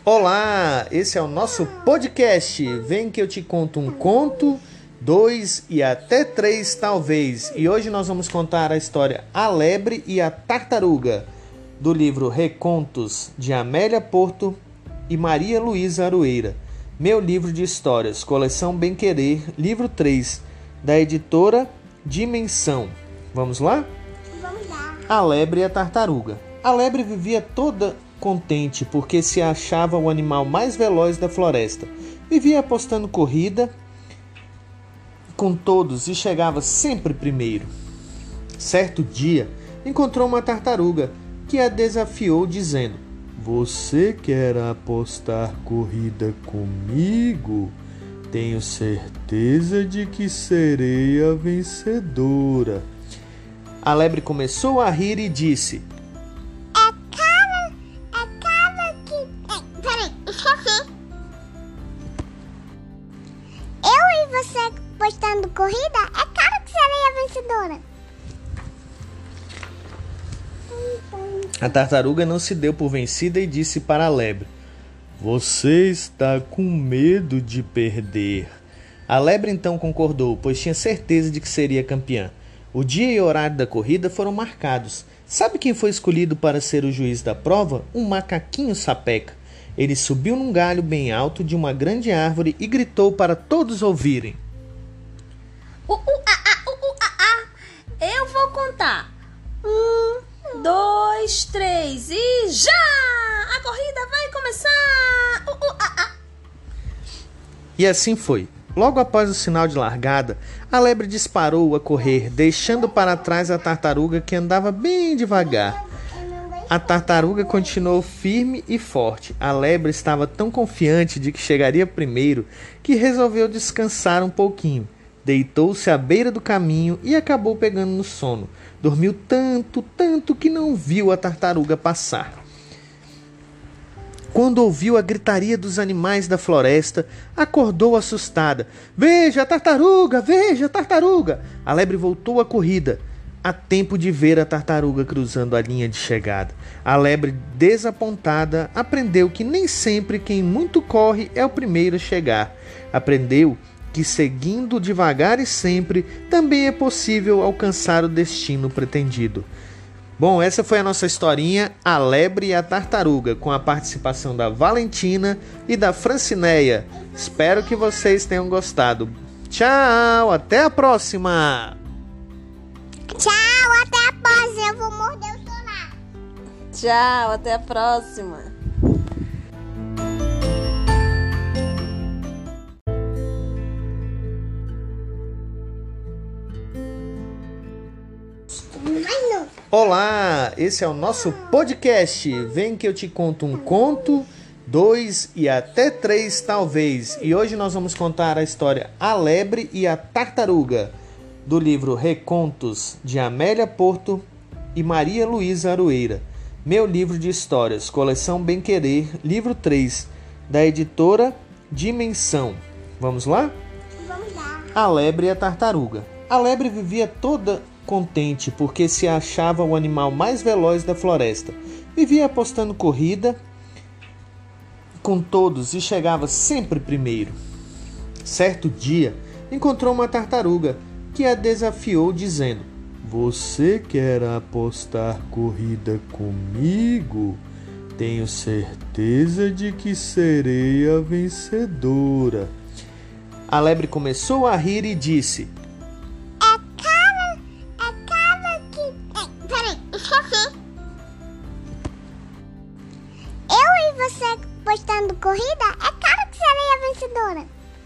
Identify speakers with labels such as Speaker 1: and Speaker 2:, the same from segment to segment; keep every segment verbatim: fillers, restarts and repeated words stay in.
Speaker 1: Olá, esse é o nosso podcast. Vem que eu te conto um conto, dois e até três talvez. E hoje nós vamos contar a história A Lebre e a Tartaruga, do livro Recontos, de Amélia Porto e Maria Luísa Aroeira. Meu livro de histórias, coleção Bem Querer, livro três, da editora Dimensão. Vamos lá?
Speaker 2: Vamos lá.
Speaker 1: A Lebre e a Tartaruga. A lebre vivia toda contente porque se achava o animal mais veloz da floresta. Vivia apostando corrida com todos e chegava sempre primeiro. Certo dia, encontrou uma tartaruga que a desafiou dizendo: "Você quer apostar corrida comigo? Tenho certeza de que serei a vencedora." A lebre começou a rir e disse:
Speaker 2: Você postando corrida, é claro que serei a vencedora.
Speaker 1: A tartaruga não se deu por vencida e disse para a lebre: "Você está com medo de perder." A lebre então concordou, pois tinha certeza de que seria campeã. O dia e o horário da corrida foram marcados. Sabe quem foi escolhido para ser o juiz da prova? Um macaquinho sapeca. Ele subiu num galho bem alto de uma grande árvore e gritou para todos ouvirem:
Speaker 3: Uh, uh, ah, ah, uh, uh, ah, ah. Eu vou contar. Um, dois, três e já! A corrida vai começar! Uh, uh, ah, ah.
Speaker 1: E assim foi. Logo após o sinal de largada, a lebre disparou a correr, deixando para trás a tartaruga que andava bem devagar. A tartaruga continuou firme e forte. A lebre estava tão confiante de que chegaria primeiro que resolveu descansar um pouquinho. Deitou-se à beira do caminho e acabou pegando no sono. Dormiu tanto, tanto que não viu a tartaruga passar. Quando ouviu a gritaria dos animais da floresta, acordou assustada. "Veja a tartaruga! Veja a tartaruga!" A lebre voltou à corrida, a tempo de ver a tartaruga cruzando a linha de chegada. A lebre, desapontada, aprendeu que nem sempre quem muito corre é o primeiro a chegar. Aprendeu que seguindo devagar e sempre, também é possível alcançar o destino pretendido. Bom, essa foi a nossa historinha, A Lebre e a Tartaruga, com a participação da Valentina e da Francineia. Espero que vocês tenham gostado. Tchau, até a próxima!
Speaker 2: Tchau, até a próxima. Eu vou morder o celular.
Speaker 3: Tchau, até a próxima.
Speaker 1: Olá, esse é o nosso podcast. Vem que eu te conto um conto, dois e até três talvez. E hoje nós vamos contar a história A Lebre e a Tartaruga, do livro Recontos, de Amélia Porto e Maria Luísa Aroeira. Meu livro de histórias, coleção Bem Querer, livro três, da editora Dimensão. Vamos lá?
Speaker 2: Vamos lá.
Speaker 1: A Lebre e a Tartaruga. A lebre vivia toda contente porque se achava o animal mais veloz da floresta. Vivia apostando corrida com todos e chegava sempre primeiro. Certo dia, encontrou uma tartaruga que a desafiou dizendo: "Você quer apostar corrida comigo? Tenho certeza de que serei a vencedora." A lebre começou a rir e disse:
Speaker 2: Você postando corrida, é claro que serei a vencedora.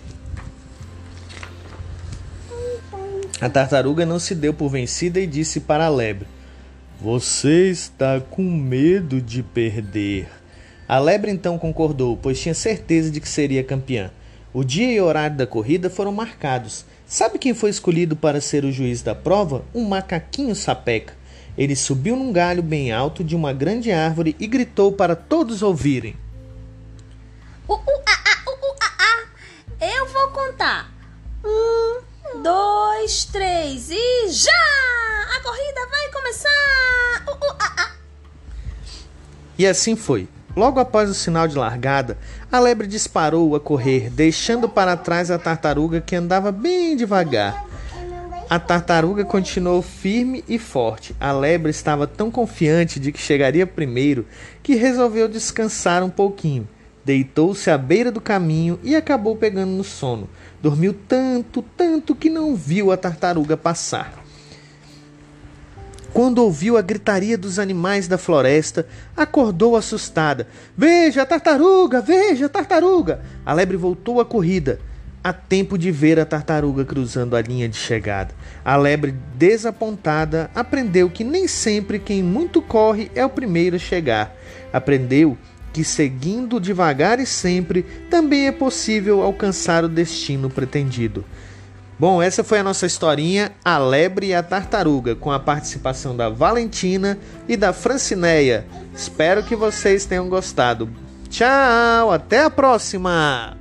Speaker 1: A tartaruga não se deu por vencida e disse para a lebre: "Você está com medo de perder." A lebre então concordou, pois tinha certeza de que seria campeã. O dia e o horário da corrida foram marcados. Sabe quem foi escolhido para ser o juiz da prova? Um macaquinho sapeca. Ele subiu num galho bem alto de uma grande árvore e gritou para todos ouvirem:
Speaker 3: Uh, uh, ah, ah, uh, uh, ah, ah. Eu vou contar. Um, dois, três e já! A corrida vai começar! Uh, uh, ah, ah.
Speaker 1: E assim foi. Logo após o sinal de largada, a lebre disparou a correr, deixando para trás a tartaruga que andava bem devagar. A tartaruga continuou firme e forte. A lebre estava tão confiante de que chegaria primeiro que resolveu descansar um pouquinho. Deitou-se à beira do caminho e acabou pegando no sono. Dormiu tanto, tanto que não viu a tartaruga passar. Quando ouviu a gritaria dos animais da floresta, acordou assustada. Veja a tartaruga, veja a tartaruga! A lebre voltou à corrida, a tempo de ver a tartaruga cruzando a linha de chegada. A lebre, desapontada, aprendeu que nem sempre quem muito corre é o primeiro a chegar. Aprendeu que seguindo devagar e sempre, também é possível alcançar o destino pretendido. Bom, essa foi a nossa historinha, A Lebre e a Tartaruga, com a participação da Valentina e da Francineia. Espero que vocês tenham gostado. Tchau, até a próxima!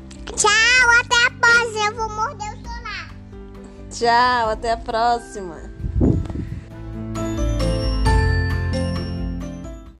Speaker 2: Tchau, até a próxima. Eu vou morder o celular.
Speaker 3: Tchau, até a próxima.